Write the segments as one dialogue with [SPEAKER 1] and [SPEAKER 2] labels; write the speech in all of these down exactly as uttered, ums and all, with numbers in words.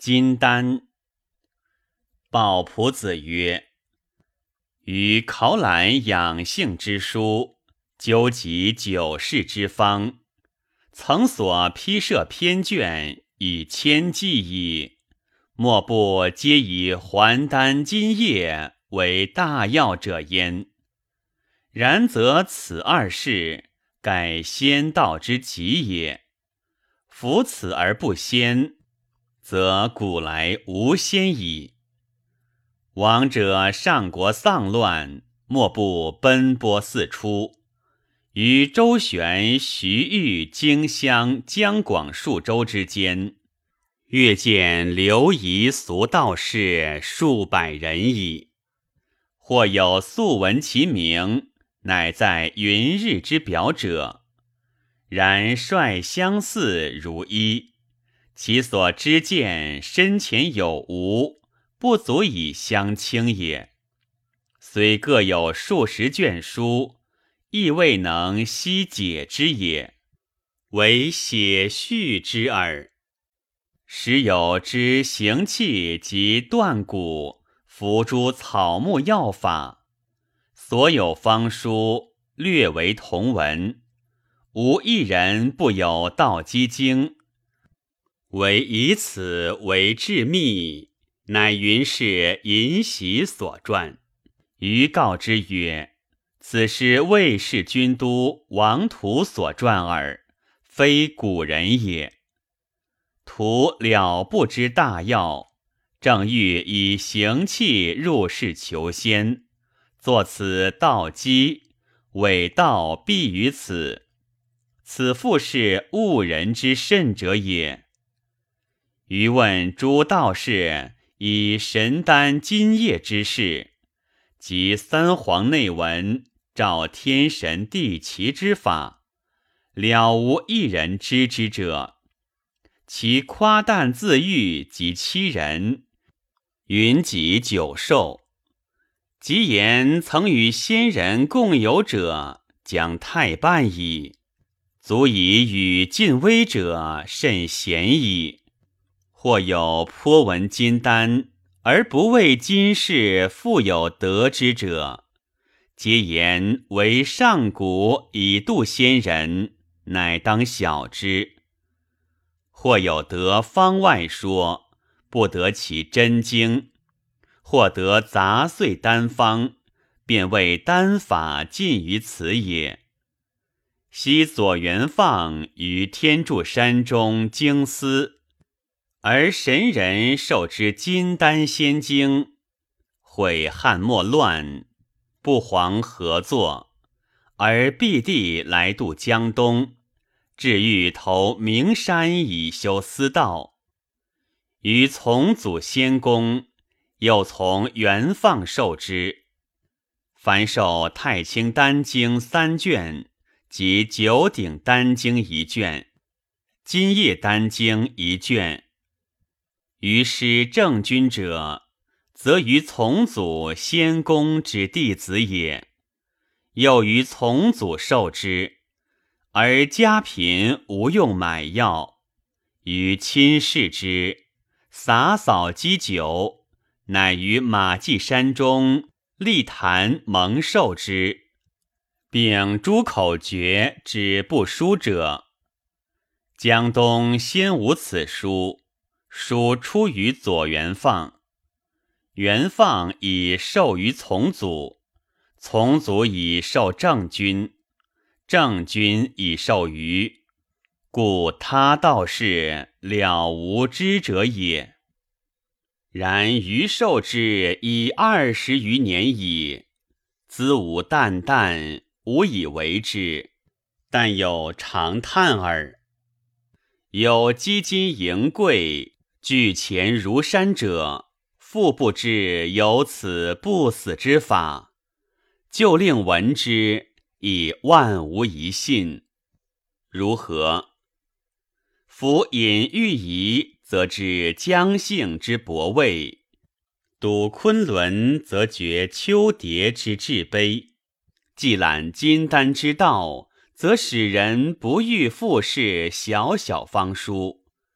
[SPEAKER 1] 金丹。鲍仆子曰：于考览养性之书，究集九世之方，曾所批设篇卷以千计矣，莫不皆以还丹金液为大要者焉。然则此二事，盖仙道之极也。夫此而不仙，则古来无仙矣。王者上国丧乱，莫不奔波四出，于周旋、徐豫、荆襄、江广数州之间，阅见流夷俗道士数百人矣。或有素闻其名，乃在云日之表者，然率相似如一，其所知见深浅有无，不足以相倾也。虽各有数十卷书，亦未能悉解之也，唯写序之耳。时有知行气及断骨、服诸草木药法，所有方书略为同文，无一人不有道基经，唯以此为致密，乃云是尹喜所撰。余告之曰：此是魏氏军都王图所撰耳，非古人也。图了不知大要，正欲以行气入世求仙，作此道基，伪道必于此，此复是误人之甚者也。余问诸道士以神丹金液之事，及三皇内文照天神地奇之法，了无一人知之者。其夸诞自喻及欺人，云集九寿。即言曾与仙人共有者，将太半矣，足以与尽威者甚贤矣。或有颇闻金丹，而不为今世富有得之者，皆言为上古以度仙人，乃当晓之。或有得方外说，不得其真经；或得杂碎丹方，便为丹法尽于此也。昔左元放于天柱山中经思，而神人受之金丹仙经，毁汉末乱，不遑合作，而避地来渡江东，至欲投名山以修私道。于从祖先公，又从元放受之，凡受太清丹经三卷，及九鼎丹经一卷，金叶丹经一卷。于师正君者，则于从祖先公之弟子也，又于从祖受之，而家贫无用买药，于亲视之，洒扫积酒，乃于马驥山中立坛蒙受之，并诸口诀之不书者。江东先无此书，书出于左元放，元放以授于从祖，从祖以授郑君，郑君以授于，故他道士了无知者也。然余受之已二十余年矣，兹无淡淡，无以为之，但有长叹耳。有积金盈贵，聚钱如山者，复不知有此不死之法，就令闻之，亦万无一信。如何？夫隐喻夷，则知姜姓之博位；睹昆仑，则觉丘蝶之至卑。既览金丹之道，则使人不欲复视小小方书。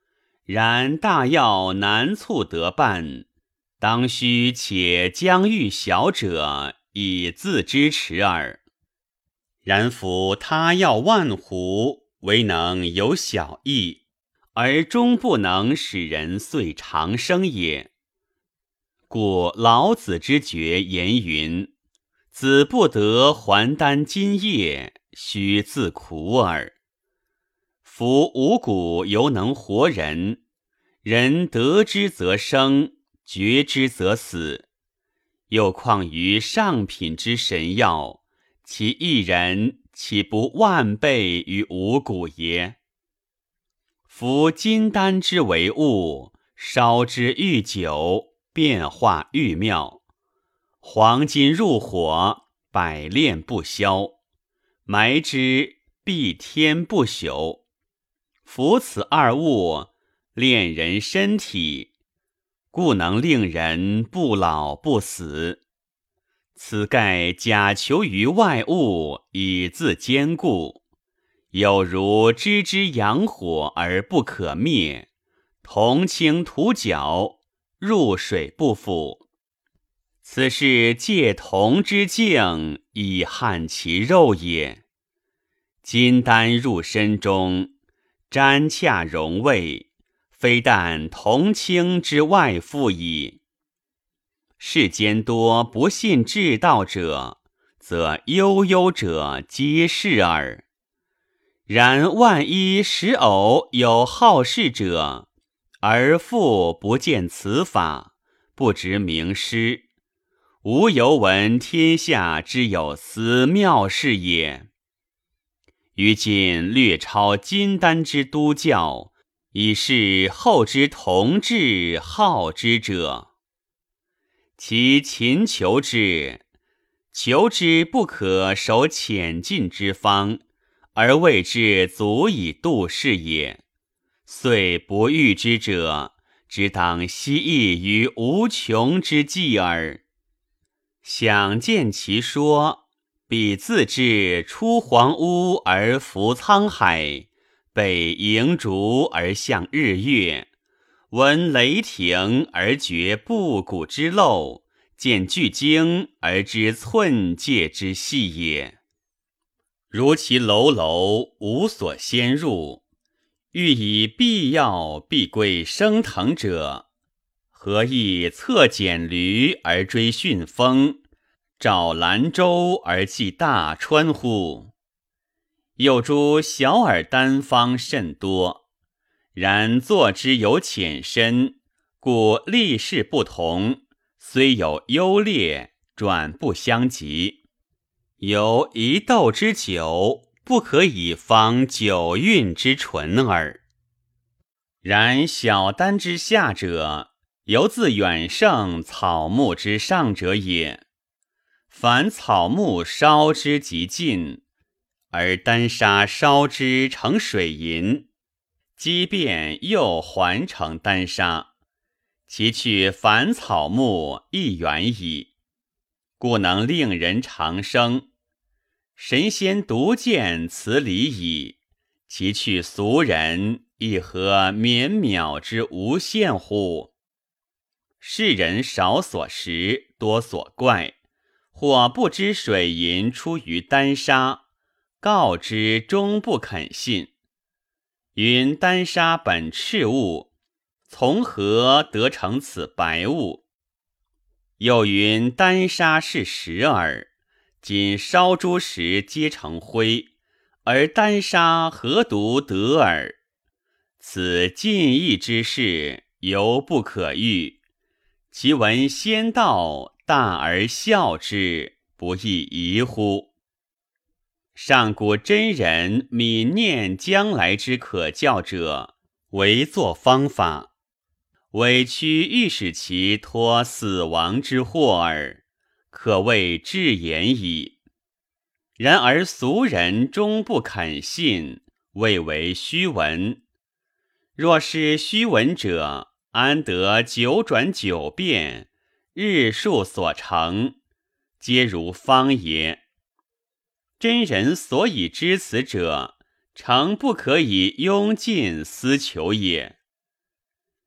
[SPEAKER 1] 然大药难促得办，当须且将欲小者，以自支持耳。然夫他药万壶，唯能有小益，而终不能使人遂长生也。故老子之诀言云：子不得还丹今夜，须自苦耳。夫五谷犹能活人，人得之则生，绝之则死，又况于上品之神药，其一人岂不万倍于五谷耶？夫金丹之为物，烧之愈久，变化愈妙。黄金入火，百炼不消，埋之必天不朽。夫此二物，炼人身体，故能令人不老不死。此盖假求于外物，以自坚固，有如支之阳火而不可灭，铜倾土角，入水不腐。此是借铜之境，以撼其肉也。金丹入身中，沾洽融味，非但铜倾之外附矣。世间多不信至道者，则悠悠者皆是耳。然万一时偶有好事者，而复不见此法，不知名师，无由闻天下之有斯妙事也。于今略超金丹之都教，以是后之同志好之者。其勤求之，求之不可守浅近之方，而谓之足以度世也。遂不遇之者，只当希益于无穷之计耳。想见其说，彼自至出黄屋而浮沧海，北迎烛而向日月，闻雷霆而觉布谷之漏，见巨鲸而知寸界之细也。如其楼楼无所先入，欲以必要必归升腾者，何以侧蹇驴而追迅风，找兰舟而济大川乎？有诸小尔丹方甚多，然作之有浅深，故立事不同，虽有优劣，转不相及。有一斗之酒，不可以方九韵之醇耳。然小丹之下者，犹自远胜草木之上者也。凡草木烧之极尽，而丹砂烧之成水银，机变又还成丹砂，其去凡草木亦远矣，故能令人长生。神仙独见此理矣，其去俗人亦何绵渺之无限乎？世人少所识，多所怪，或不知水银出于丹砂，告之终不肯信。云丹砂本赤物，从何得成此白物？又云丹砂是石耳，今烧诸石皆成灰，而丹砂何独得耳？此尽义之事，犹不可喻。其闻仙道，大而笑之，不亦疑乎？上古真人泯念将来之可教者，为作方法，委屈欲使其脱死亡之祸耳，可谓至言矣。然而俗人终不肯信，谓为虚闻。若是虚闻者，安得九转九变，日数所成，皆如方也。真人所以知此者，诚不可以庸尽思求也。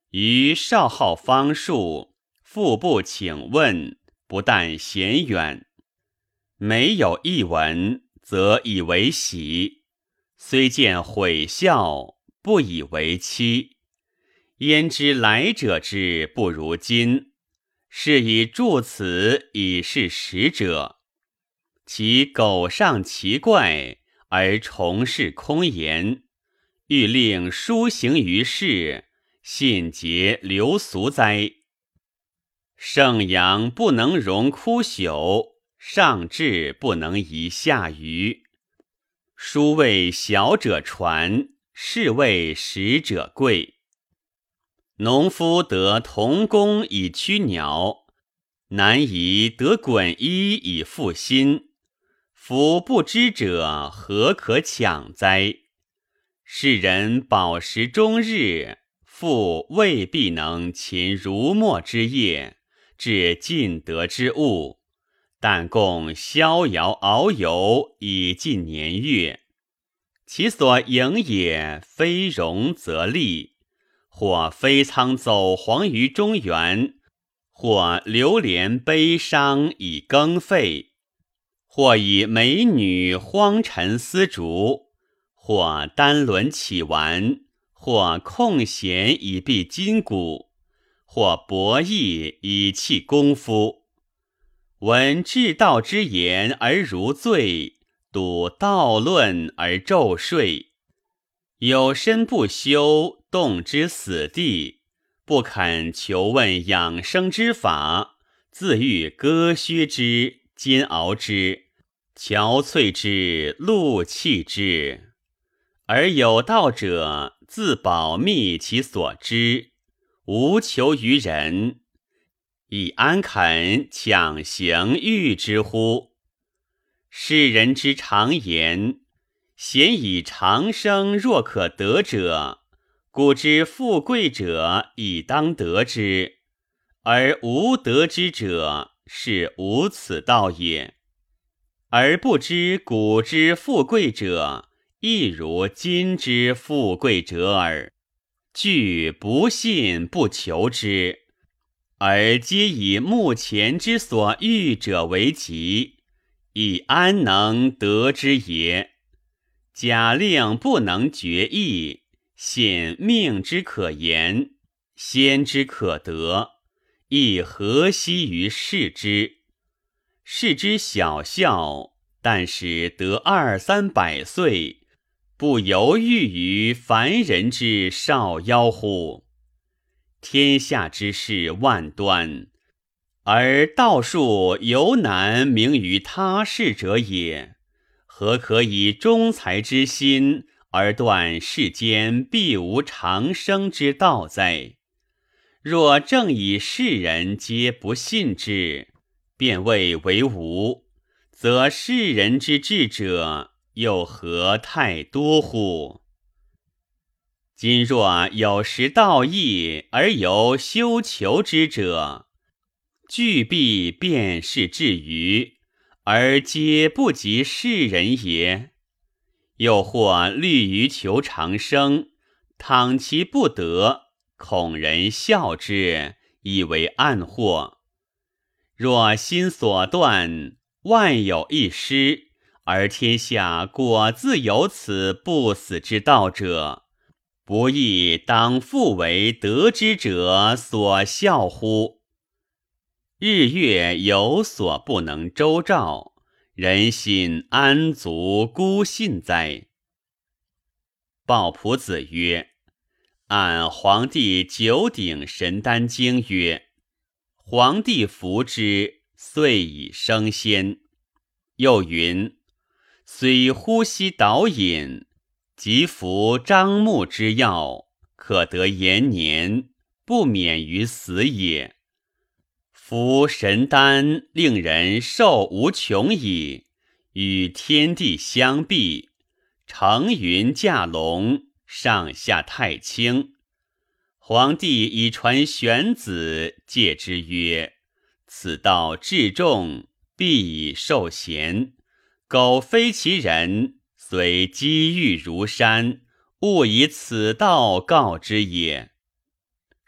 [SPEAKER 1] 于少好方术，腹部请问，不但嫌远。没有一闻，则以为喜；虽见毁笑，不以为期。焉知来者之不如今？是以著此以示实者。其苟上奇怪，而重饰空言，欲令书行于世，信节流俗哉？圣阳不能容枯朽，上至不能移下愚。书为小者传，是谓使者贵。农夫得铜弓以驱鸟，南夷得衮衣以复心。夫不知者，何可抢哉？世人饱食终日，复未必能勤儒墨之业，致尽德之物，但共逍遥遨游以尽年月。其所营也，非荣则利，或飞仓走黄于中原，或流连悲伤以更废，或以美女荒陈丝竹，或单轮起玩，或空闲以避筋骨，或博弈以弃功夫。闻至道之言而如醉，睹道论而骤睡。有身不修，动之死地，不肯求问养生之法，自欲割削之，煎熬之，憔悴之，露气之。而有道者，自保密其所知，无求于人，以安肯强行欲之乎？世人之常言，贤以长生若可得者，古之富贵者亦当得之，而无得之者，是无此道也。而不知古之富贵者，亦如今之富贵者耳。据不信不求之，而皆以目前之所欲者为急，以安能得之也？假令不能决意，信命之可言，先之可得，亦何惜于世之？世之小孝，但使得二三百岁，不犹豫于凡人之少夭乎？天下之事万端，而道术犹难明于他事者也，何可以忠才之心而断世间必无长生之道哉？若正以世人皆不信之，便谓为无，则世人之智者又何太多乎？今若有识道义而有修求之者，俱必辨识至于，而皆不及世人也。又或虑于求长生，倘其不得，恐人笑之，以为暗惑。若心所断，万有一失，而天下果自有此不死之道者，不亦当复为得之者所笑乎？日月有所不能周照，人心安足孤信哉？鲍朴子曰：按黄帝九鼎神丹经曰，黄帝服之，遂以升仙。又云，虽呼吸导引，即服张目之药，可得延年，不免于死也。夫神丹令人寿无穷矣，与天地相避，乘云驾龙，上下太清。黄帝以传玄子，戒之曰：此道至重，必以受贤。苟非其人，虽积玉如山，勿以此道告之也。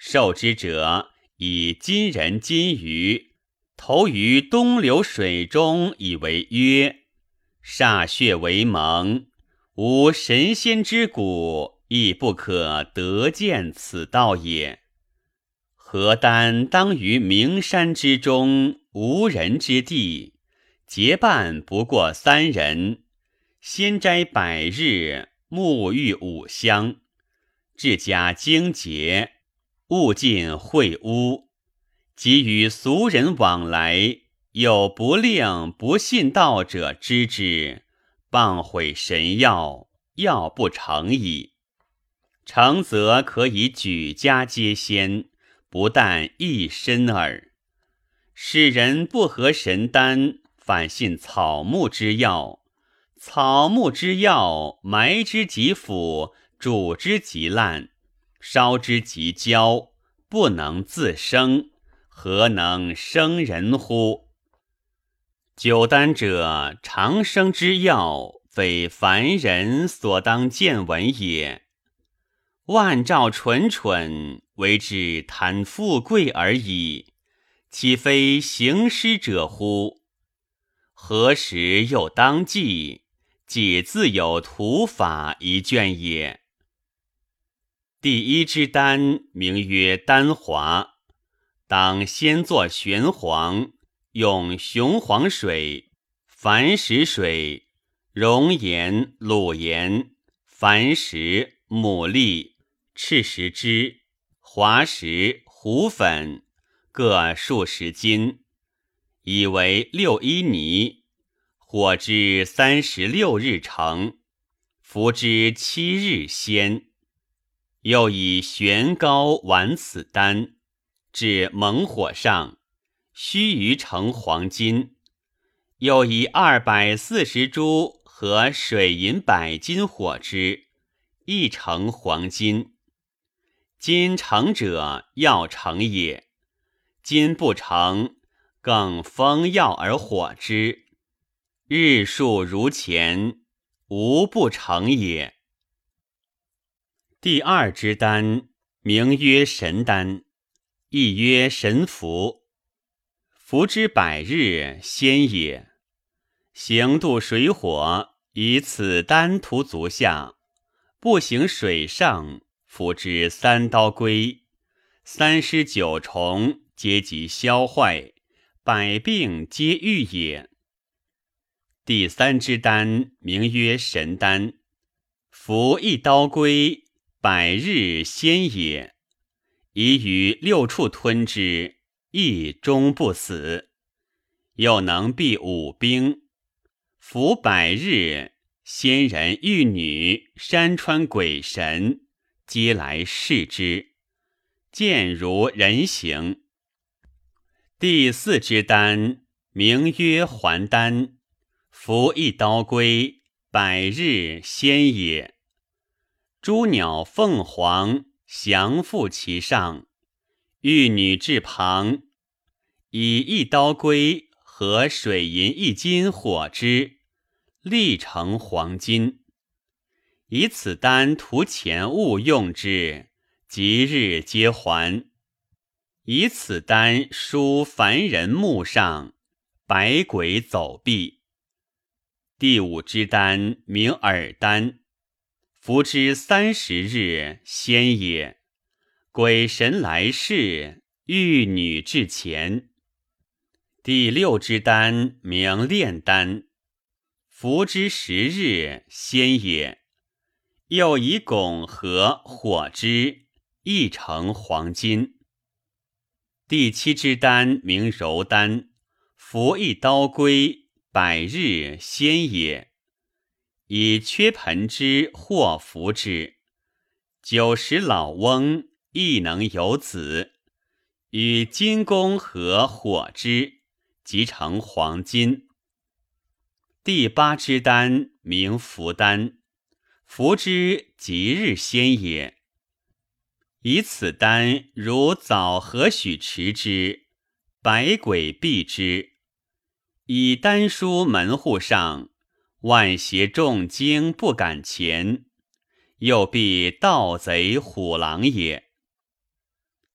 [SPEAKER 1] 受之者以金人金鱼投于东流水中，以为曰：歃血为盟，无神仙之骨，亦不可得见此道也。何丹当于名山之中，无人之地，结伴不过三人，先斋百日，沐浴五香，至家经节，勿尽秽污。即与俗人往来，有不令不信道者知之，谤毁神药，药不成矣。成则可以举家皆仙，不但一身耳。使人不合神丹，反信草木之药。草木之药，埋之即腐，煮之即烂，烧之即焦，不能自生，何能生人乎？九丹者，长生之药，非凡人所当见闻也。万兆蠢蠢，为之贪富贵而已，岂非行施者乎？何时又当记？己自有图法一卷也。第一之丹，名曰丹华，当先作玄黄，用雄黄水、矾石水、熔岩、卤盐、矾石、牡蛎、赤石脂、滑石、胡粉各数十斤，以为六一泥，火之三十六日成，服之七日鲜。又以玄膏丸此丹，至猛火上，须臾成黄金。又以二百四十株和水银百斤火之，亦成黄金。金成者，药成也；金不成，更封药而火之，日数如前，无不成也。第二之丹，名曰神丹，亦曰神符。服之百日，鲜也。行渡水火，以此丹涂足下，步行水上，服之三刀龟，三尸九虫皆即消坏，百病皆愈也。第三之丹，名曰神丹，服一刀龟，百日鲜也。以于六处吞之，亦终不死。又能避五兵，服百日，仙人玉女、山川鬼神皆来视之，见如人形。第四之丹，名曰还丹，服一刀龟，百日鲜也。诸鸟凤凰降附其上，玉女至旁，以一刀龟和水银一斤火之，立成黄金。以此丹涂钱物用之，即日皆还。以此丹书凡人目上，百鬼走避。第五之丹，名耳丹，服之三十日，鲜也。鬼神来视，玉女至前。第六之丹，名炼丹，服之十日，鲜也。又以汞和火之，亦成黄金。第七之丹，名柔丹，服一刀龟，百日鲜也。以缺盆之或服之，九十老翁亦能有子，与金公和火之，即成黄金。第八之丹，名服丹，服之即日鲜也。以此丹如枣何许持之，百鬼避之。以丹书门户上，万邪众精不敢前，又避盗贼虎狼也。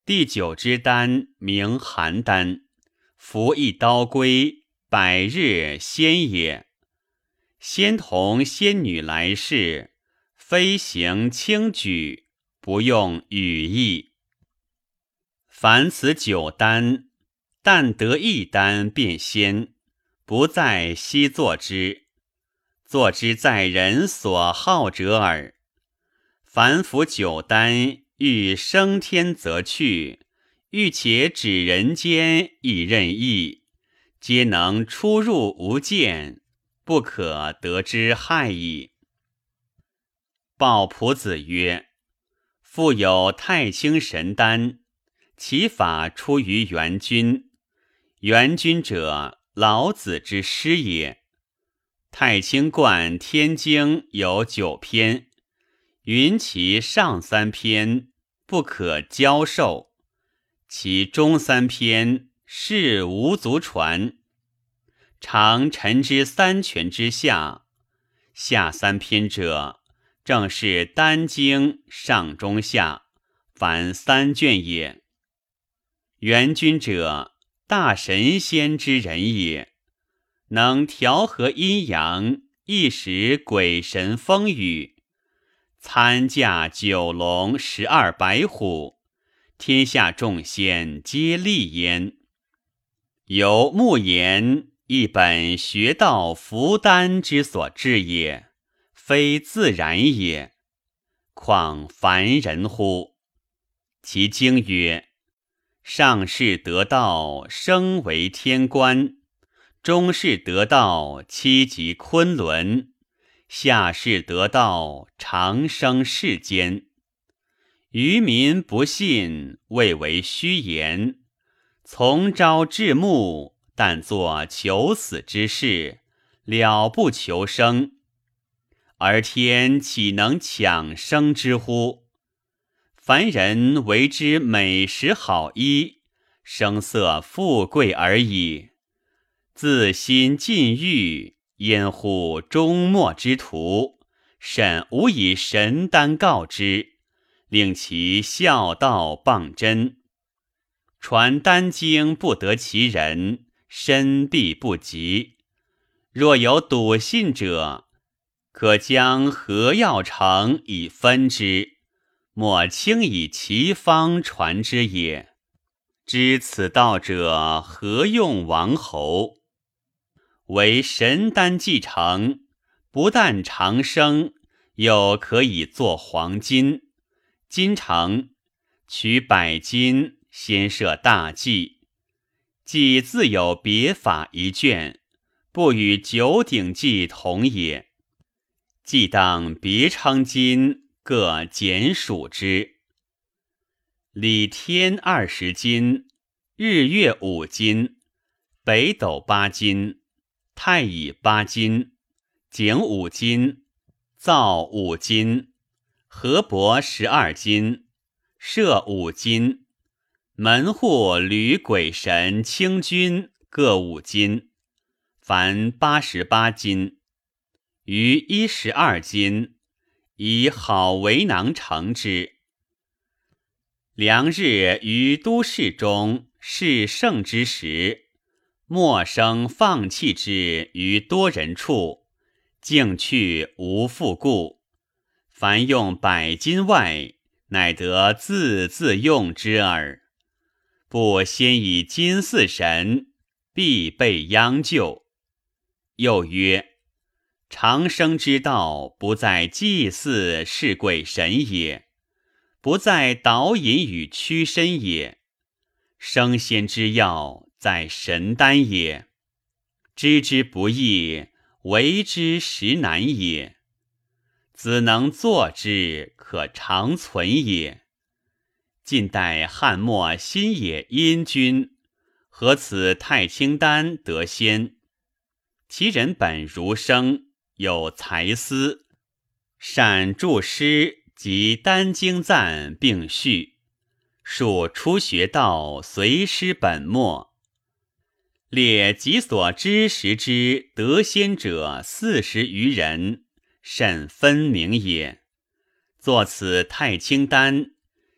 [SPEAKER 1] 第九之丹名邯丹，服一刀归，百日仙也。仙童仙女来世，飞行轻举，不用羽翼。凡此九丹，但得一丹便仙，不再悉作之。作之在人所好者耳。凡服九丹，欲升天则去，欲且指人间亦任意，皆能出入无间，不可得之害矣。鲍朴子曰：复有太清神丹，其法出于元君。元君者，老子之师也。太清观天经有九篇，云其上三篇不可教授，其中三篇是无足传。常陈之三权之下，下三篇者，正是丹经上中下，凡三卷也。元君者，大神仙之人也，能调和阴阳，一时鬼神风雨，参驾九龙十二白虎，天下众仙皆立焉。由木言一本学道服丹之所至也，非自然也，况凡人乎？其经曰：上士得道，升为天官；中士得道，栖及昆仑；下士得道，长生世间。愚民不信，谓为虚言。从朝至暮，但作求死之事，了不求生。而天岂能抢生之乎？凡人为之美食好衣，声色富贵而已。自心禁欲，焉乎终末之途，甚无以神丹告之，令其孝道谤真。传丹经不得其人，身必不及。若有笃信者，可将何药成以分之，莫轻以其方传之也。知此道者，何用王侯？为神丹既成，不但长生，又可以作黄金。金成，取百金，先设大计。计自有别法一卷，不与九鼎计同也。计当别称金，各简数之。礼天二十斤，日月五斤，北斗八斤，太乙八斤，井五斤，灶五斤，河伯十二斤，射五斤，门户吕鬼神清君各五斤，凡八十八斤。余一十二斤，以好为囊成之。良日于都市中是盛之时，莫生放弃之于多人处，径去无复顾。凡用百金外，乃得自自用之耳。不先以金祀神，必被殃救。又曰：长生之道，不在祭祀是鬼神也，不在导引与屈身也。升仙之要，在神丹也。知之不易，为之实难也。子能作之，可长存也。近代汉末新野阴君，何此太清丹得仙？其人本儒生，有才思，善著诗及丹经赞并序，述初学道随师本末。列己所知识之得仙者四十余人，甚分明也。作此太清丹，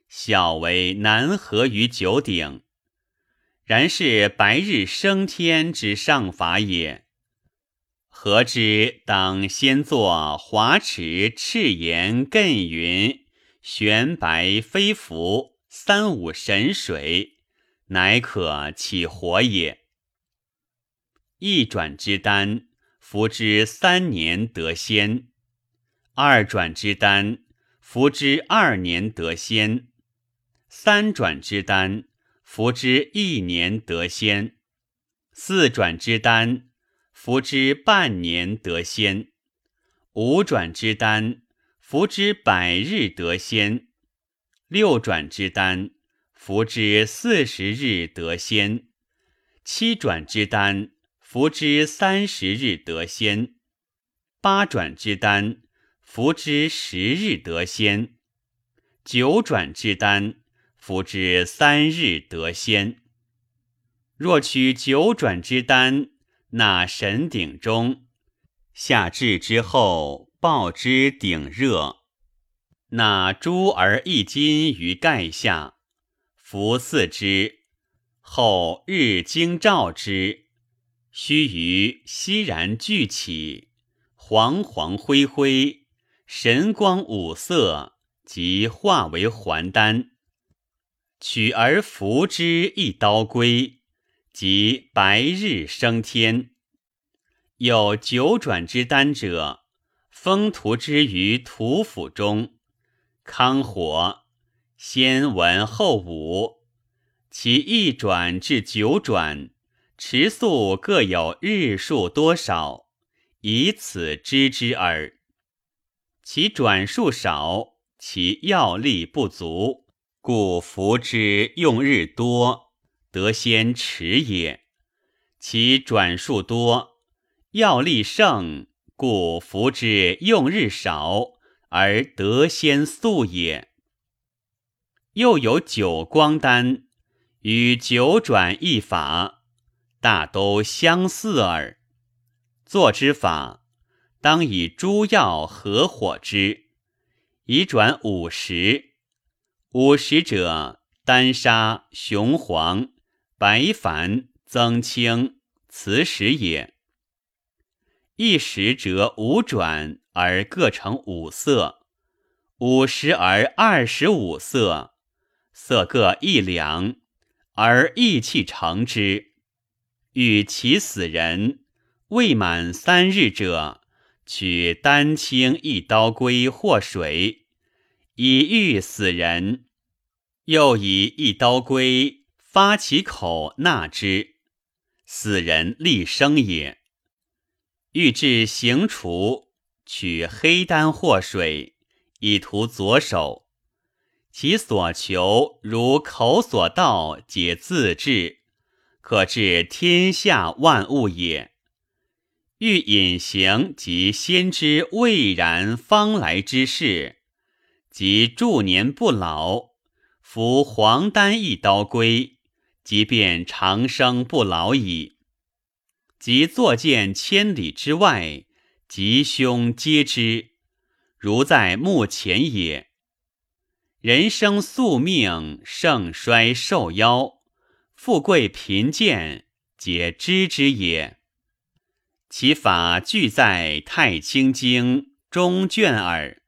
[SPEAKER 1] 小为南河于九鼎，然是白日升天之上法也。何之当先作华池赤岩艮云玄白飞浮三五神水，乃可起火也。一转之丹，服之三年得仙；二转之丹，服之二年得仙；三转之丹，服之一年得仙；四转之丹，服之半年得仙；五转之丹，服之百日得仙；六转之丹，服之四十日得仙；七转之丹，服之三十日得仙；八转之丹，服之十日得仙；九转之丹，服之三日得仙。若取九转之丹，纳神鼎中，下至之后，爆之鼎热，纳珠而一金于盖下，服四之，后日经照之，须臾熙然聚起，黄黄灰灰，神光五色，即化为还丹。取而服之一刀归，即白日升天。有九转之丹者，封涂之于土府中，康火，先文后武，其一转至九转，持宿各有日数多少，以此知之耳。其转数少，其药力不足，故服之用日多，得先迟也；其转数多，药力盛，故服之用日少，而得先速也。又有九光丹，与九转一法，大都相似耳。作之法，当以诸药合火之，以转五十。五十者，丹砂、雄黄、白矾、增清、磁石也。一时折五转，而各成五色；五十而二十五色，色各一两，而意气成之。欲其死人，未满三日者，取丹青一刀归或水，以欲死人；又以一刀归发其口纳之，死人立生也。欲治行除，取黑丹或水，以涂左手，其所求如口所到，皆自治，可治天下万物也。欲隐形及先知未然方来之事，即诸年不老，服黄丹一刀归，即便长生不老矣。即作见千里之外，吉凶皆知，如在目前也。人生宿命，盛衰寿夭，富贵贫贱，皆知之也。其法俱在《太清经》中卷耳。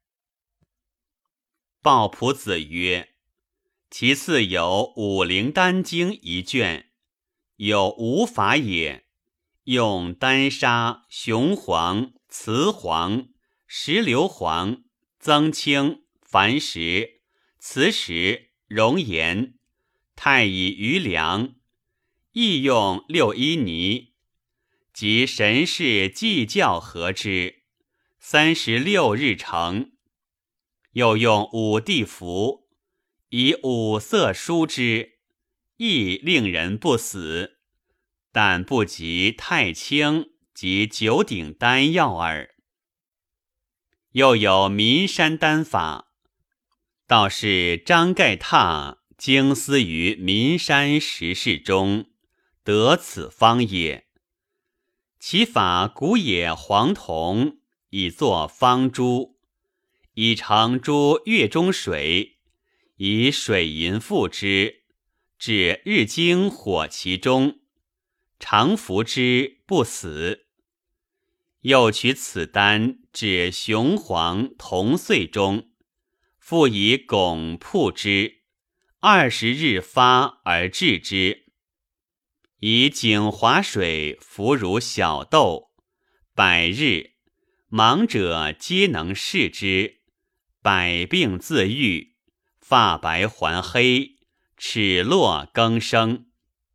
[SPEAKER 1] 鲍朴子曰：其次有五灵丹经一卷，有无法也，用丹砂、雄黄、雌黄、石硫黄、增清、矾石、磁石、熔岩、太乙余粮，亦用六一泥，及神事祭教合之，三十六日成。又用五地符，以五色书之，亦令人不死，但不及太清及九鼎丹药耳。又有岷山丹法，道士张盖踏经思于岷山石室中，得此方也。其法古也黄铜，以作方珠，以成珠月中水， 以水银覆之，至日经火其中，常服之不死。又取此丹至雄黄铜碎中，复以汞铺之，二十日发而治之。以井华水服如小豆，百日，盲者皆能视之，百病自愈，发白还黑，齿落更生。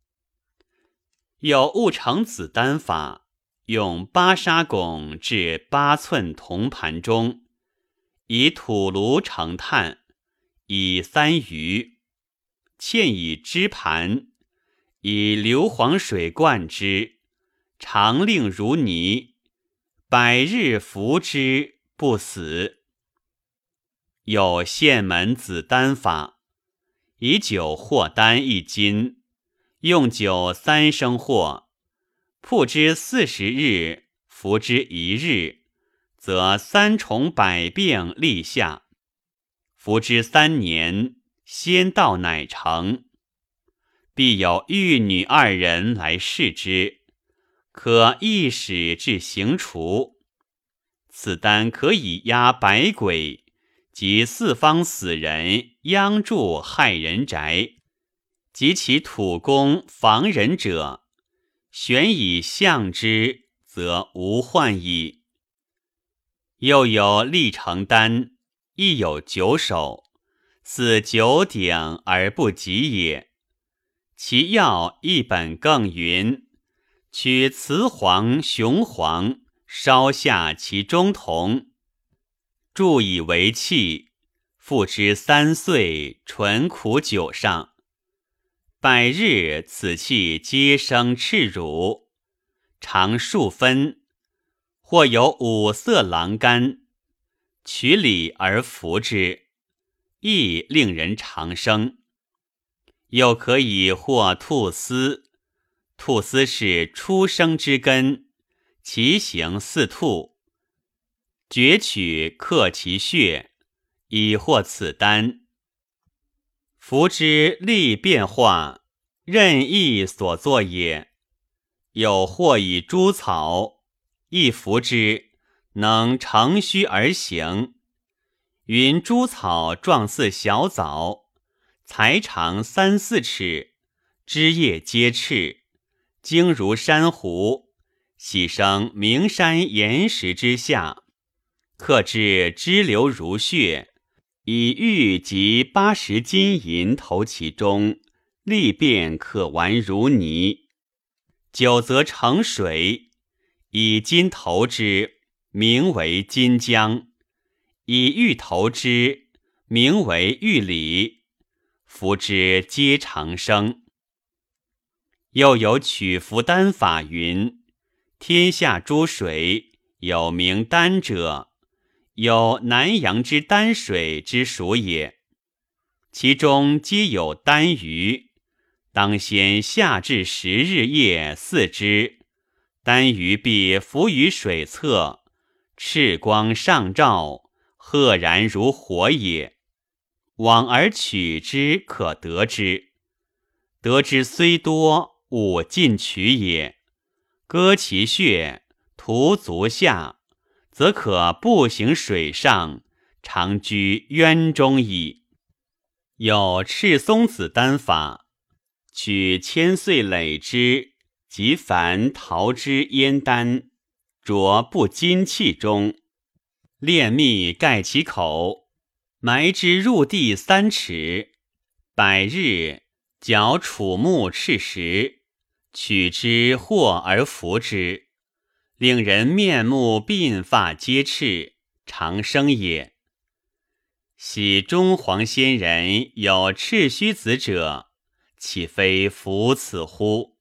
[SPEAKER 1] 有误成子丹法，用八砂汞至八寸铜盘中，以土炉盛炭，以三余，嵌以支盘，以硫磺水灌之，常令如泥，百日服之不死。有县门子丹法，以酒和丹一斤，用酒三升和，铺之四十日，服之一日，则三重百病立下。服之三年，仙道乃成。必有玉女二人来试之，可一使至行除。此丹可以压百鬼及四方死人殃助害人宅，及其土工防人者，选以象之，则无患矣。又有立成丹，亦有九首，似九鼎而不及也。其药一本更云：取雌黄、雄黄，烧下其中铜，注以为器，复之三岁，纯苦酒上。百日，此器皆生赤乳，长数分，或有五色狼干，取里而服之，亦令人长生。又可以获兔丝，兔丝是出生之根，其形似兔，攫取克其血，以获此丹。服之力变化，任意所作也。有或以诸草，一服之，能乘虚而行。云诸草状似小枣，才长三四尺，枝叶皆赤，茎如珊瑚，喜生名山岩石之下，刻至支流如血，以玉及八十金银投其中，力变可玩如泥。久则成水，以金投之，名为金浆；以玉投之，名为玉里。服之皆长生。又有取服丹法云：天下诸水，有名丹者，有南阳之丹水之属也。其中皆有丹鱼，当先下至十日夜四之，丹鱼必浮于水侧，赤光上照，赫然如火也。往而取之，可得之。得之虽多，勿尽取也。割其血，涂足下，则可步行水上，常居渊中矣。有赤松子丹法，取千岁累之及凡桃之烟丹，着不金器中，炼蜜盖其口，埋之入地三尺，百日，绞楚木赤石，取之和而服之，令人面目鬓发皆赤，长生也。喜中黄仙人有赤须子者，岂非服此乎？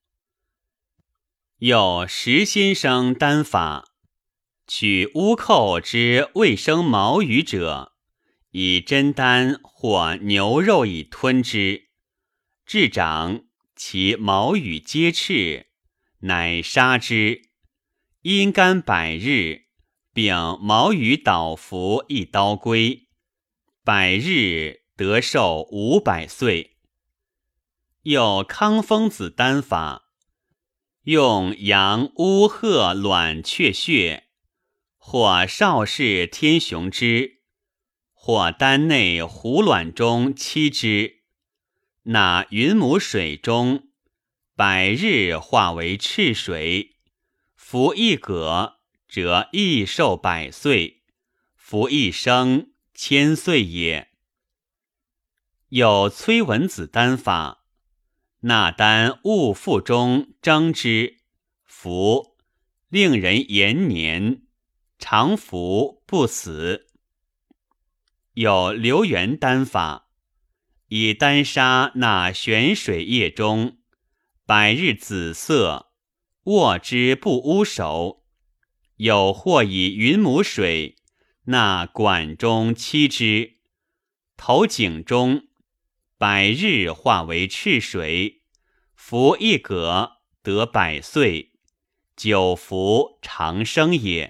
[SPEAKER 1] 又石先生丹法，取乌寇之未生毛羽者，以真丹或牛肉以吞之，至长，其毛羽皆赤，乃杀之，阴干百日，并毛羽倒伏一刀归，百日得寿五百岁。又康风子丹法，用羊、乌、鹤、卵、雀血，或少室天雄之，或丹内虎卵中七之，纳云母水中，百日化为赤水，服一葛，则益寿百岁，服一生千岁也。有崔文子丹法，纳丹物腹中蒸之，服，令人延年，常服不死。有流元丹法，以丹砂纳玄水液中，百日紫色，握之不污手。有或以云母水纳管中七之，头颈中，百日化为赤水，服一葛，得百岁，久服长生也。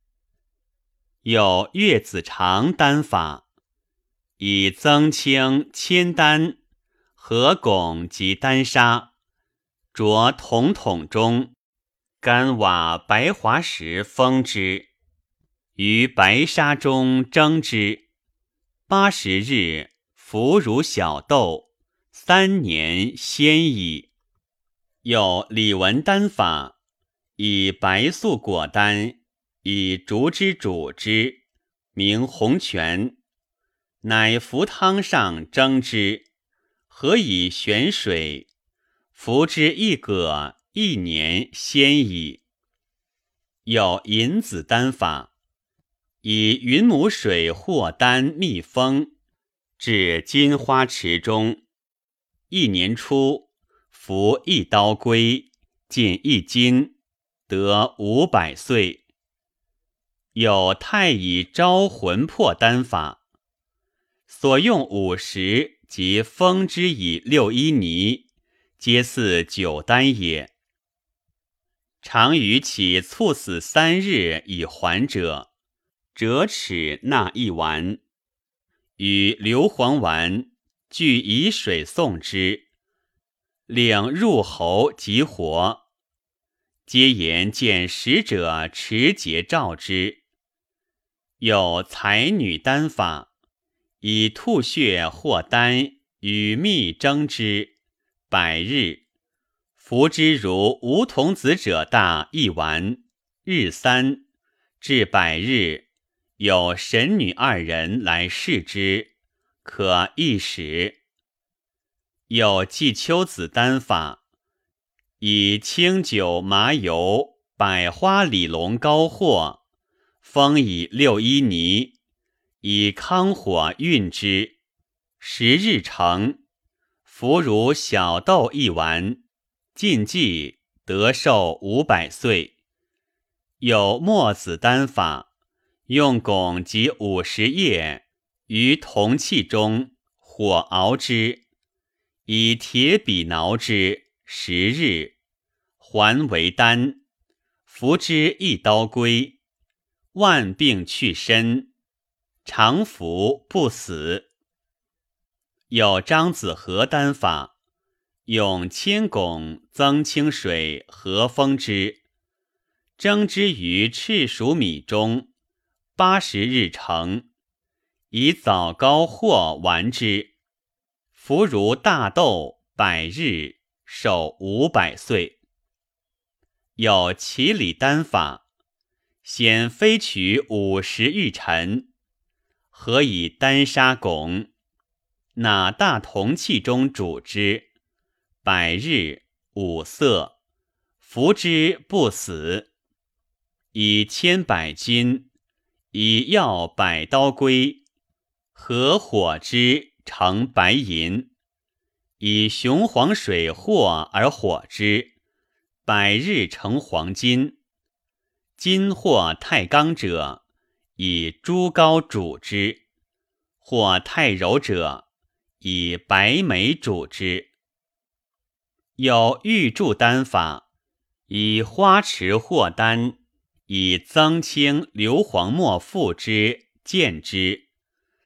[SPEAKER 1] 有月子长丹法，以增清铅丹、合汞及丹砂，着铜桶中，干瓦白滑石封之，于白沙中蒸之，八十日，服如小豆，三年鲜矣。有李文丹法，以白素果丹，以竹枝煮之，名红泉，乃服汤上蒸之，合以玄水，服之一葛，一年鲜矣。有银子丹法，以云母水和丹密封，至金花池中，一年初，服一刀龟，进一斤，得五百岁。有太乙招魂魄丹法，所用五十及封之以六一泥，皆似九丹也。常于其猝死三日以还者，折齿纳一丸，与硫磺丸俱以水送之，令入喉即活。皆言见使者持节照之。有才女丹法，以兔血或丹与蜜蒸之，百日，服之如梧桐子者大一丸，日三，至百日，有神女二人来试之，可一时。有季秋子丹法，以清酒麻油百花李龙膏和，封以六一泥，以康火运之，十日成，服如小豆一丸，禁忌，得寿五百岁。有墨子丹法，用汞及五十液于铜器中，火熬之，以铁笔挠之，十日，还为丹，服之一刀龟，万病去身，常服不死。有张子和丹法，用铅汞增清水和封之，蒸之于赤薯米中，八十日成，以枣膏或丸之，服如大豆，百日，寿五百岁。有其里丹法，先飞取五十玉尘，合以丹砂汞，纳大铜器中煮之，百日，五色，服之不死。以千百斤，以药百刀龟，合火之，成白银，以雄黄水和而火之，百日成黄金。金或太刚者，以猪膏煮之，或太柔者，以白梅煮之。有玉柱丹法，以花池或丹，以增清硫磺末附之，见之，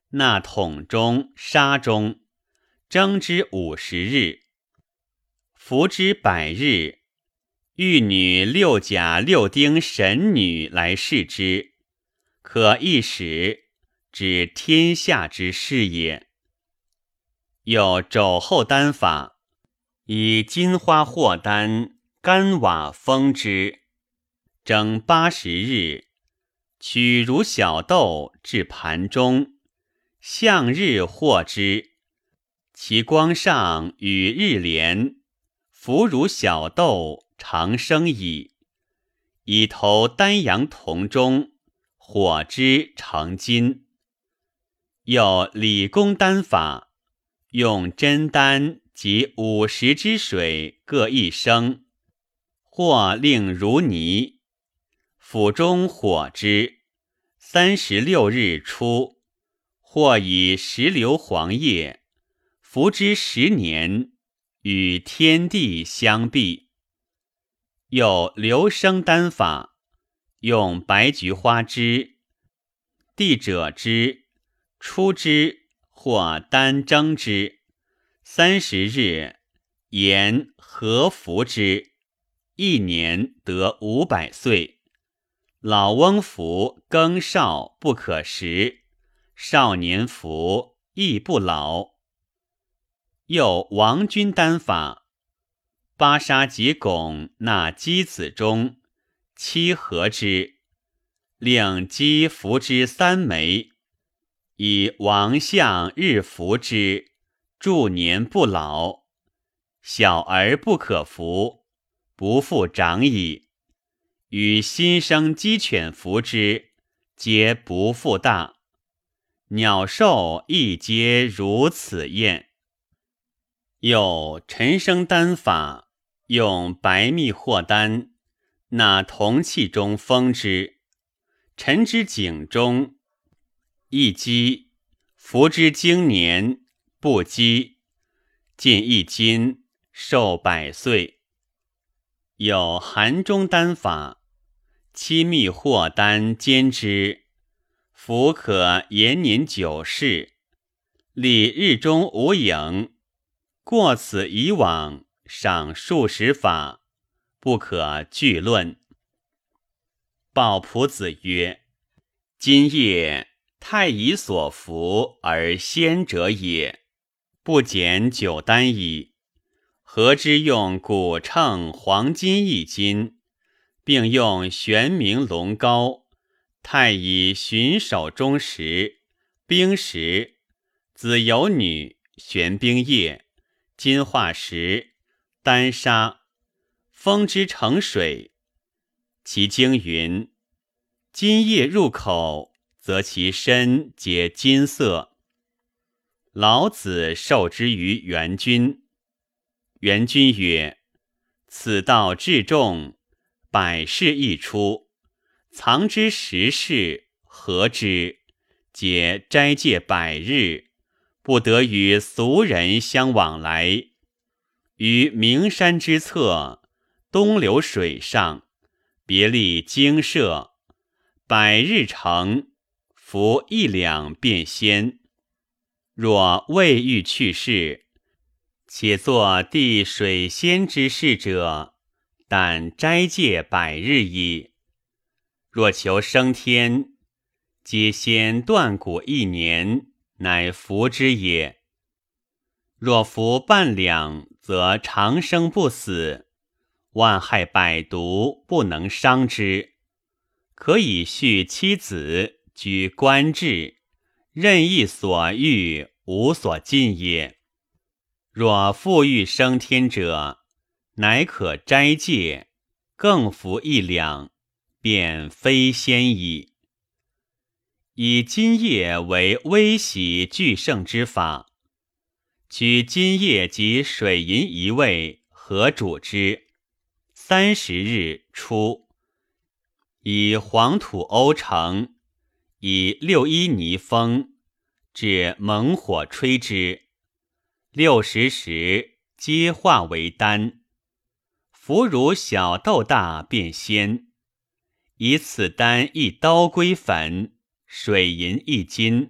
[SPEAKER 1] 纳桶中、沙中，蒸之五十日，服之百日。玉女六甲六丁神女来试之，可一使，指天下之事也。有肘后丹法，以金花或丹、干瓦封之，蒸八十日，取如小豆至盘中，向日和之，其光上与日连，浮如小豆，长生矣。以投丹阳铜中，火之成金。又理工丹法，用真丹及五十之水各一升，或令如泥，釜中火之，三十六日出，或以石榴黄叶服之十年，与天地相避。又流生丹法，用白菊花枝、地者之、出之，或丹蒸之，三十日，盐合服之，一年得五百岁。老翁服更少不可食，少年服亦不老。又王君丹法，巴沙及汞纳鸡子中，七合之，令鸡服之三枚，以王相日服之，数年不老。小儿不可服，不复长矣。与新生鸡犬服之，皆不复大。鸟兽亦皆如此验。又陈生丹法，用白蜜或丹，纳铜器中封之，陈之井中，一鸡，服之经年，不饥，近一斤，寿百岁。有寒中丹法，七蜜或丹煎之，服可延年九世，历日中无影。过此以往，赏数十法，不可具论。鲍朴子曰：今夜太乙所服而先者也，不减九丹矣。何之用古秤黄金一斤，并用玄冥龙膏，太乙巡守中时，冰石、子有女、玄冰液、金化石、丹砂，封之成水。其经云：金液入口，则其身皆金色。老子授之于元君，元君曰：此道至重，百世一出，藏之十世，合之，皆斋戒百日，不得与俗人相往来。于名山之侧，东流水上，别立精舍，百日成，服一两便仙。若未欲去世，且作地水仙之事者，但斋戒百日矣。若求升天，皆先断骨一年，乃服之也。若服半两，则长生不死，万害百毒不能伤之。可以续妻子，居官制，任意所欲，无所禁也。若复欲升天者，乃可斋戒，更服一两，便非仙矣。以金液为微洗俱盛之法，取金液及水银一味，合煮之，三十日出。以黄土瓯成，以六一泥封，至猛火吹之，六十时皆化为丹。服如小豆大便仙。以此丹一刀龟粉，水银一斤，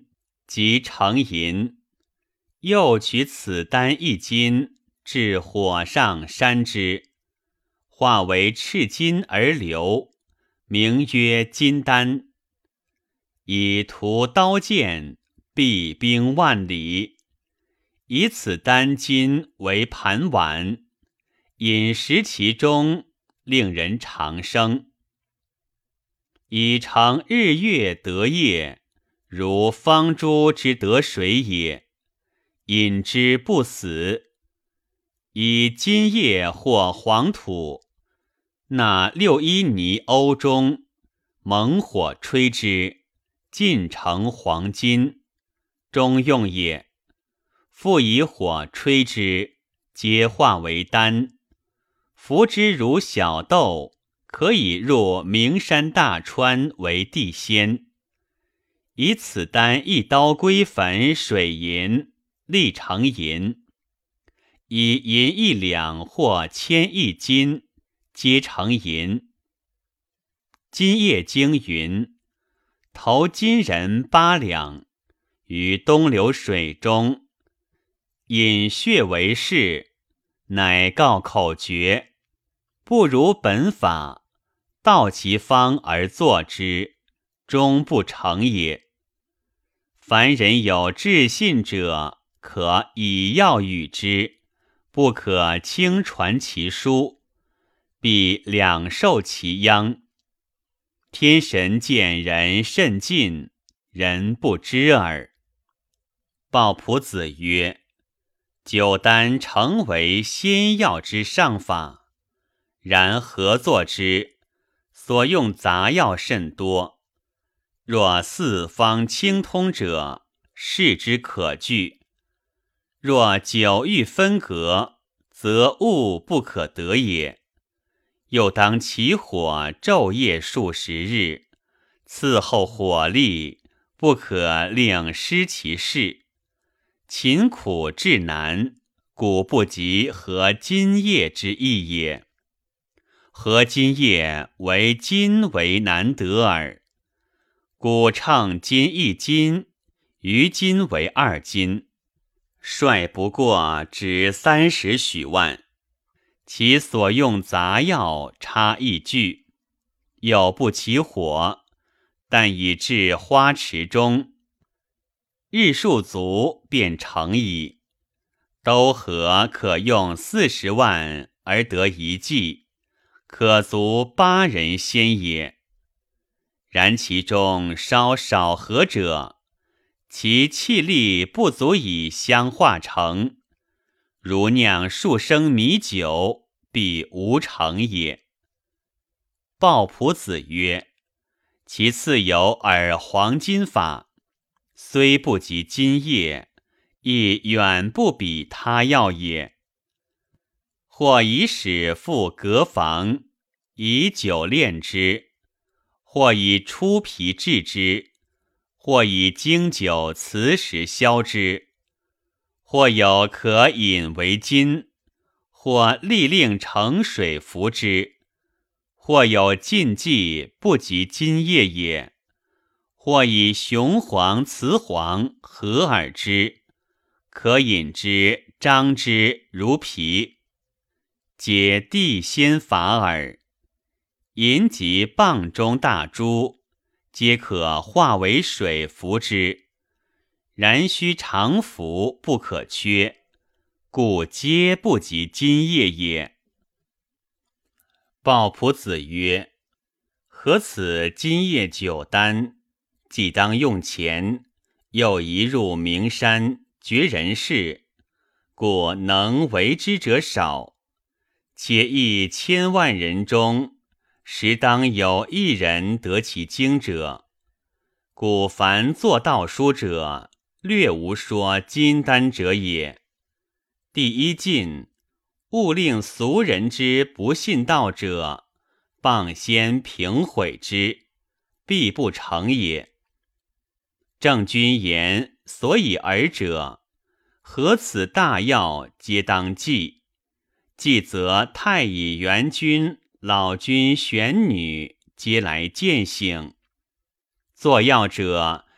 [SPEAKER 1] 即成银。又取此丹一斤，至火上山之，化为赤金而流，名曰金丹。以屠刀剑，避兵万里。以此丹金为盘碗，饮食其中，令人长生。以成日月得业，如方珠之得水也。饮之不死。以金叶或黄土，纳六一泥瓯中，猛火吹之，尽成黄金，中用也。复以火吹之，皆化为丹。服之如小豆，可以入名山大川为地仙。以此丹一刀龟粉水银，立成银。以银一两或铅一斤，皆成银。金叶经云：投金人八两，于东流水中，饮血为事，乃告口诀，不如本法，道其方而作之，终不成也。凡人有至信者，可以药与之，不可轻传其书，必两受其殃。天神见人甚近，人不知耳。鲍朴子曰：酒丹诚为仙药之上法，然合作之，所用杂药甚多。若四方清通者，视之可据；若久欲分隔，则物不可得也。又当起火昼夜数十日，伺候火力，不可令失其事。勤苦至难，故不及合金液之意也。合金液为金为难得耳。故称金一斤，余金为二斤，率不过只三十许万。其所用杂药差一具，又不起火，但以至花池中，日数足便成矣。都合可用四十万而得一剂，可足八人仙也。然其中稍少合者，其气力不足以相化成，如酿数升米酒，必无成也。鲍朴子曰：其次有耳黄金法，虽不及金液，亦远不比他药也。或以使复隔房，以酒炼之；或以出皮制之；或以经酒磁石消之；或有可饮为金；或力令成水服之；或有禁忌不及金液也；或以雄黄雌黄合而之，可饮之张之如皮，皆地仙法耳。银及蚌中大珠，皆可化为水服之，然须常服，不可缺，故皆不及金液也。鲍朴子曰：何此金液酒丹，既当用钱，又移入名山，绝人世，故能为之者少。且亦千万人中，实当有一人得其经者。故凡作道书者，略无说金丹者也。第一禁，勿令俗人之不信道者，谤先平毁之，必不成也。郑君言所以尔者，何此大药皆当记，记则太乙元君、老君玄女皆来见省。作药者，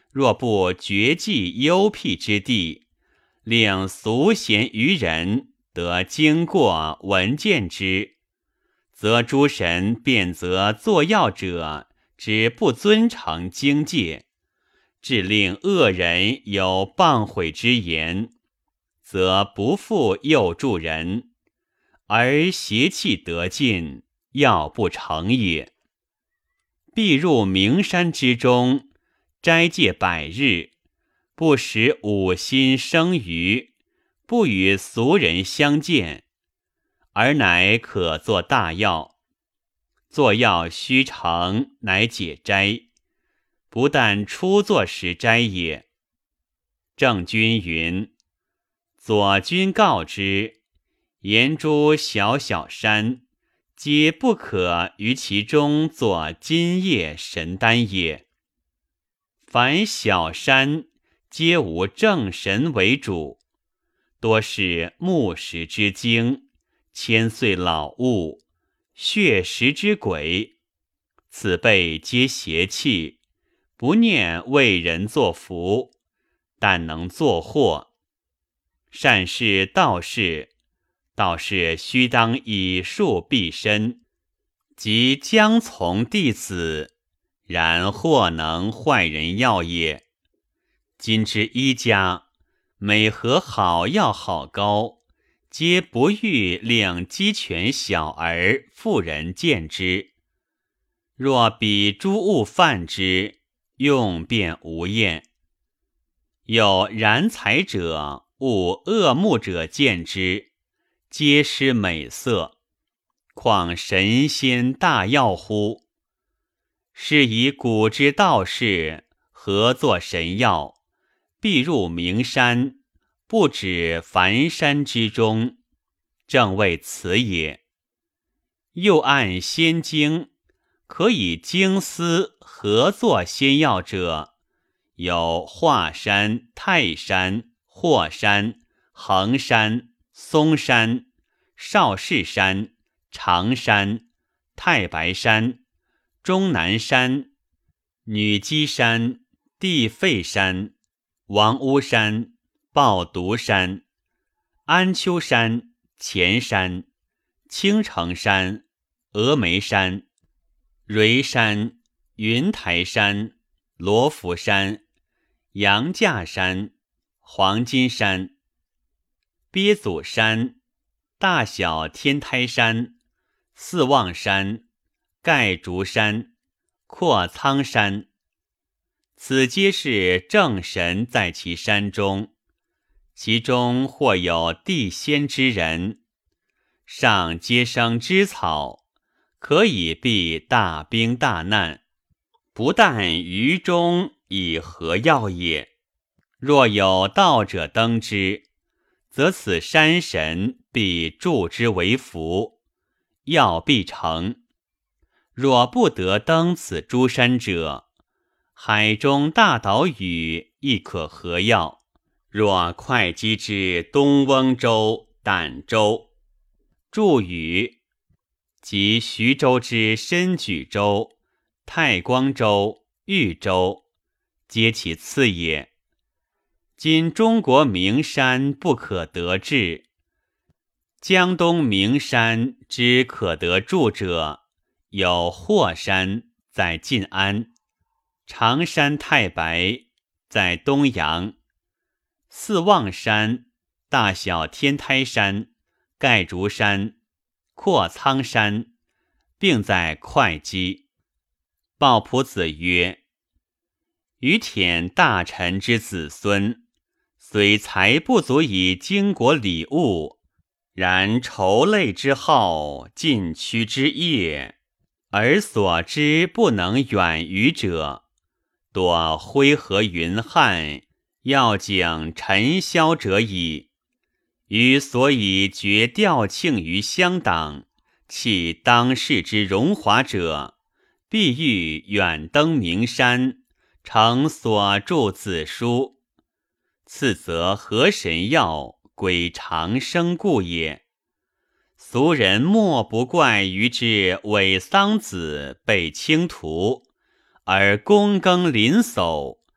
[SPEAKER 1] 若不绝迹幽僻之地，令俗贤愚人得经过闻见之，则诸神便责作要者之不遵承经戒，致令恶人有谤毁之言，则不复诱助人，而邪气得尽，要不成也。必入名山之中，斋戒百日，不使五心生余，不与俗人相见，而乃可作大药。作药须成，乃解斋，不但初作时斋也。郑君云：左君告之，言诸小小山，皆不可于其中作金叶神丹也。凡小山，皆无正神为主，多是木石之精，千岁老物，血石之鬼，此辈皆邪气，不念为人作福，但能作祸。善事道士，道士须当以术避身，即将从弟子，然或能坏人药也。今之医家，每合好药好膏，皆不欲令鸡犬小儿妇人见之。若彼诸物犯之，用便无厌。有染彩者，恶恶目者见之，皆失美色，况神仙大药乎？是以古之道士合作神药，必入名山，不止凡山之中，正为此也。又按仙经，可以经丝合作仙药者，有华山、泰山、霍山、衡山、嵩山、少室山、常山、太白山、终南山、女基山、地沸山、王屋山、抱犊山、安丘山、前山、青城山、峨眉山、蕊山、云台山、罗浮山、杨架山、黄金山、鳖祖山、大小天台山、四望山、盖竹山、阔苍山，此皆是正神在其山中，其中或有地仙之人，上皆生枝草，可以避大兵大难，不但于中以合药也。若有道者登之，则此山神必助之为福，药必成。若不得登此诸山者，海中大岛屿亦可合药。若会稽之东翁州、儋州、祝禹，及徐州之深举州、太光州、豫州，皆其次也。今中国名山不可得志，江东名山之可得住者，有霍山在晋安，常山太白在东阳，四望山、大小天台山、盖竹山、阔苍山，并在会稽。鲍朴子曰：于舔大臣之子孙，虽才不足以经国礼物，然愁累之好，进趋之业，而所知不能远于者，多灰和云汉，要景尘嚣者矣。于所以觉调庆于乡党，弃当世之荣华者，必欲远登名山，成所著子书。次则合神药，鬼长生故也。俗人莫不怪于之伪桑梓被倾途，而躬耕林叟，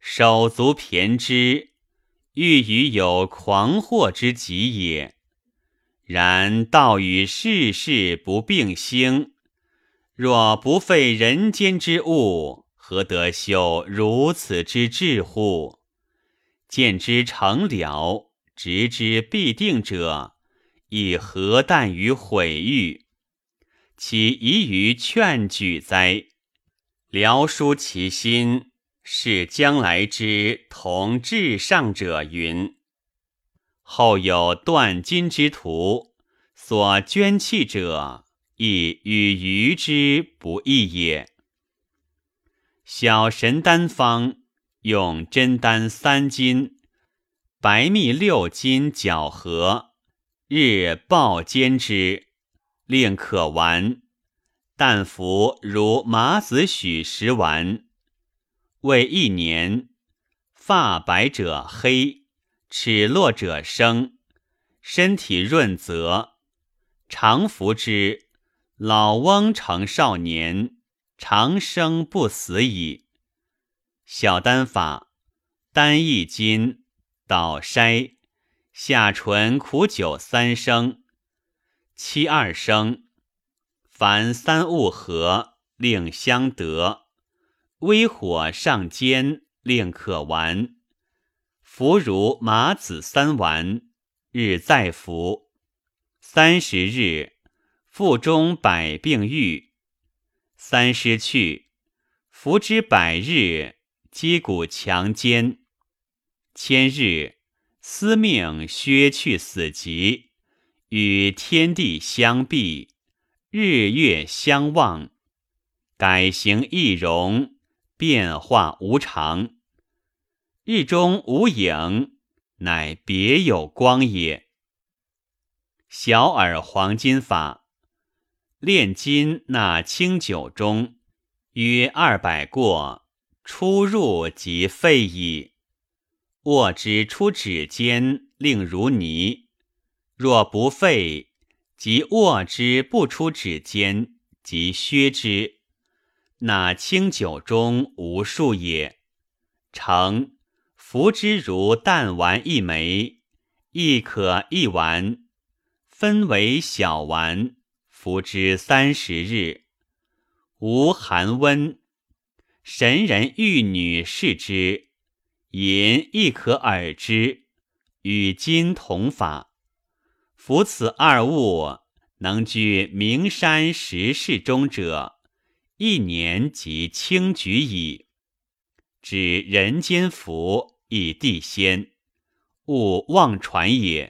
[SPEAKER 1] 手足骈之，欲与有狂惑之极也。然道与世事不并兴，若不费人间之物，何得修如此之智乎？见之成了，执之必定者，亦何惮于毁誉？其宜于劝举哉？聊疏其心，是将来之同至上者云。后有断金之徒，所捐弃者，亦与愚之不异也。小神丹方，用真丹三斤，白蜜六斤搅和，日暴煎之，令可丸。但服如麻子许十丸，为一年，发白者黑，齿落者生，身体润泽。常服之，老翁成少年，长生不死矣。小丹法，丹一斤，捣筛，下醇苦酒三升，七二升，凡三物合，令相得。微火上煎，令可丸。服如麻子三丸，日再服。三十日，腹中百病愈。三失去，服之百日，肌骨强坚。千日，司命削去死疾，与天地相避，日月相望，改形易容，变化无常。日中无影，乃别有光也。小耳黄金法，炼金纳清酒中，约二百过，出入即废矣。握之出指间，令如泥；若不废，即握之不出指间，即削之。那清酒中无数也。成，服之如弹丸一枚，亦可一丸。分为小丸，服之三十日，无寒温。神人玉女视之，银亦可耳之，与金同法。夫此二物，能居名山石室中者，一年即轻举矣。指人间福，亦地仙，勿妄传也。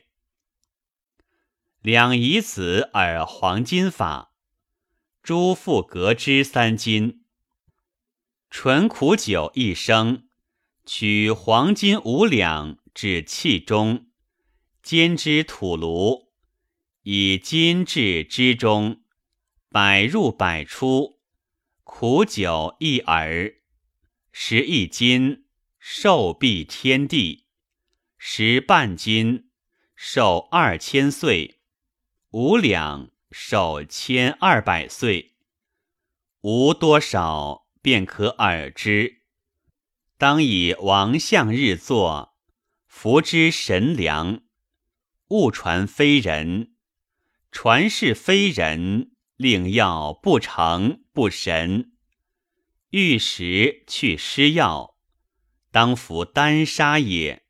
[SPEAKER 1] 两仪子耳黄金法，诸父革之三斤，纯苦酒一升，取黄金五两至器中，煎之土炉，以金至之中，百入百出，苦酒一耳，食一斤，寿毕天地；食半斤，寿二千岁。五两，寿千二百岁。无多少，便可耳之。当以王相日作，服之神良。勿传非人，传是非人，令药不成不神。欲食去施药，当服丹砂也。